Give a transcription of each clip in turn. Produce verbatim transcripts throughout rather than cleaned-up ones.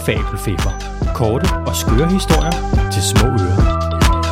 Fabelfeber. Korte og skøre historier til små ører.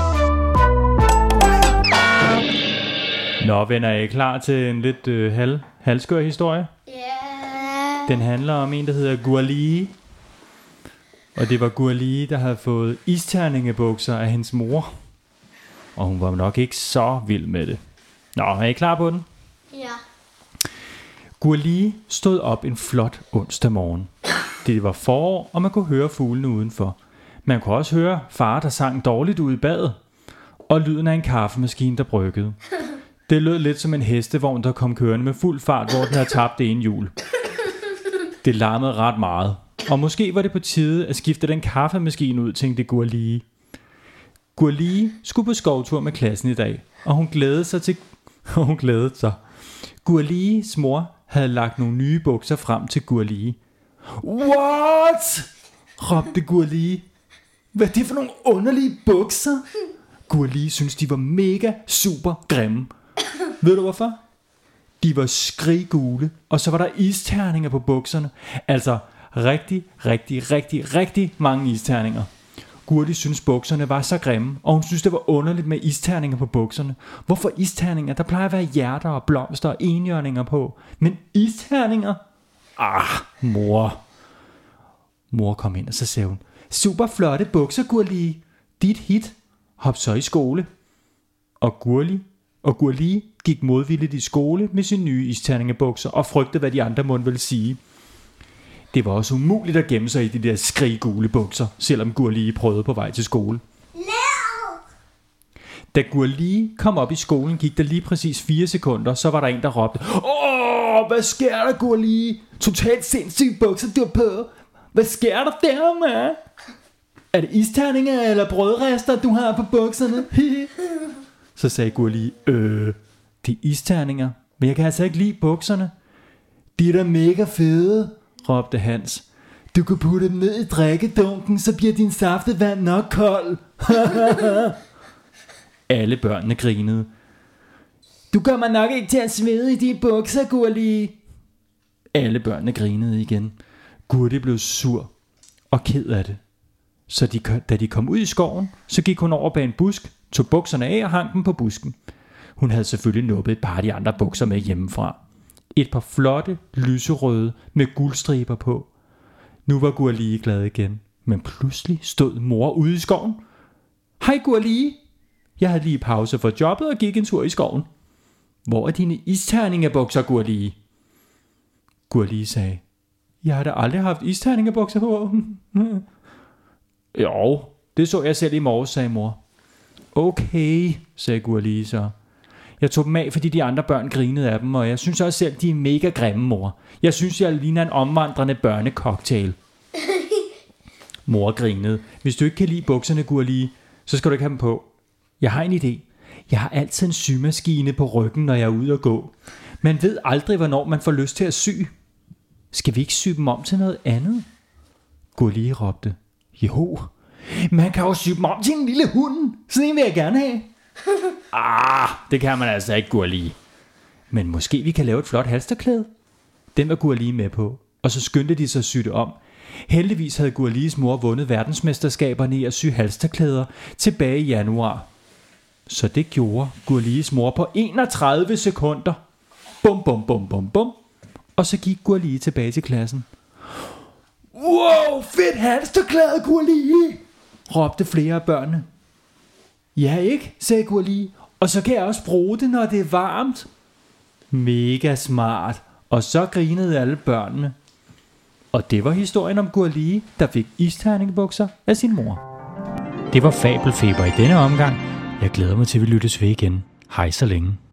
Nå venner, er I klar til en lidt øh, halv, halvskør historie? Ja. Yeah. Den handler om en, der hedder Gurli. Og det var Gurli, der havde fået isterningebukser af hendes mor. Og hun var nok ikke så vild med det. Nå, er I klar på den? Ja. Gurli stod op en flot onsdag morgen. Det var forår, og man kunne høre fuglene udenfor. Man kunne også høre far, der sang dårligt ude i badet. Og lyden af en kaffemaskine, der bryggede. Det lød lidt som en hestevogn, der kom kørende med fuld fart, hvor den havde tabt det ene hjul. Det larmede ret meget. Og måske var det på tide at skifte den kaffemaskine ud, tænkte Gurli. Gurli skulle på skovtur med klassen i dag, og hun glædede sig til... Og hun glædede sig. Gurlis mor havde lagt nogle nye bukser frem til Gurli. What? Råbte Gurli. Hvad er det for nogle underlige bukser? Gurli syntes, de var mega super grimme. Ved du hvorfor? De var skriggule, og så var der isterninger på bukserne. Altså rigtig, rigtig, rigtig, rigtig mange isterninger. Gurli syntes bukserne var så grimme, og hun syntes det var underligt med isterninger på bukserne. Hvorfor isterninger? Der plejer at være hjerter og blomster og enhjørninger på. Men isterninger? Ah, mor. Mor kom ind, og så sagde hun: super flotte bukser, Gurli. Dit hit. Hop så i skole. Og Gurli og Gurli gik modvilligt i skole med sine nye isterningebukser og frygtede, hvad de andre måtte ville sige. Det var også umuligt at gemme sig i de der skriggule bukser, selvom Gurli prøvede på vej til skole. No! Da Gurli kom op i skolen, gik der lige præcis fire sekunder, så var der en, der råbte: åh, hvad sker der, Gurli? Totalt sindssyge bukser, du er på. Hvad sker der der, mand? Er det isterninger eller brødrester, du har på bukserne? Så sagde Gurli: øh, det er isterninger, men jeg kan altså ikke lide bukserne. De er da mega fede, råbte Hans. Du kan putte dem ned i drikkedunken, så bliver din saftevand nok kold. Alle børnene grinede. Du kommer nok ikke til at svede i de bukser, Gurli. Alle børnene grinede igen. Gurli blev sur og ked af det. Så de, da de kom ud i skoven, så gik hun over bag en busk, tog bukserne af og hang dem på busken. Hun havde selvfølgelig nuppet et par af de andre bukser med hjemmefra. Et par flotte, lyserøde med guldstriber på. Nu var Gurli glad igen, men pludselig stod mor ude i skoven. Hej Gurli, jeg havde lige pause for jobbet og gik en tur i skoven. Hvor er dine isterningebukser, Gurli? Gurli sagde: jeg har da aldrig haft isterningebukser på. Jo, det så jeg selv i morges, sagde mor. Okay, sagde Gurli så. Jeg tog dem af, fordi de andre børn grinede af dem, og jeg synes også selv, de er mega grimme, mor. Jeg synes, jeg ligner en omvandrende børnecocktail. Mor grinede. Hvis du ikke kan lide bukserne, Gurli, så skal du ikke have dem på. Jeg har en idé. Jeg har altid en symaskine på ryggen, når jeg er ude at gå. Man ved aldrig, hvornår man får lyst til at sy. Skal vi ikke sy dem om til noget andet? Gurli råbte: jo, man kan jo sy dem om til en lille hund. Sådan en vil jeg gerne have. Ah, det kan man altså ikke, Gurli. Men måske vi kan lave et flot halsterklæde. Den var Gurli med på, og så skyndte de sig at sy det om. Heldigvis havde Gurlis mor vundet verdensmesterskaberne i at sy halsterklæder tilbage i januar. Så det gjorde Gurlis mor på enogtredive sekunder. Bum, bum, bum, bum, bum. Og så gik Gurli tilbage til klassen. Wow, fedt halsterklæde, Gurli, råbte flere af børnene. Ja, ikke, sagde Gurli. Og så kan jeg også bruge det, når det er varmt. Mega smart. Og så grinede alle børnene. Og det var historien om Gurli, der fik isterningebukser af sin mor. Det var Fabelfeber i denne omgang. Jeg glæder mig til, at vi lyttes ved igen. Hej så længe.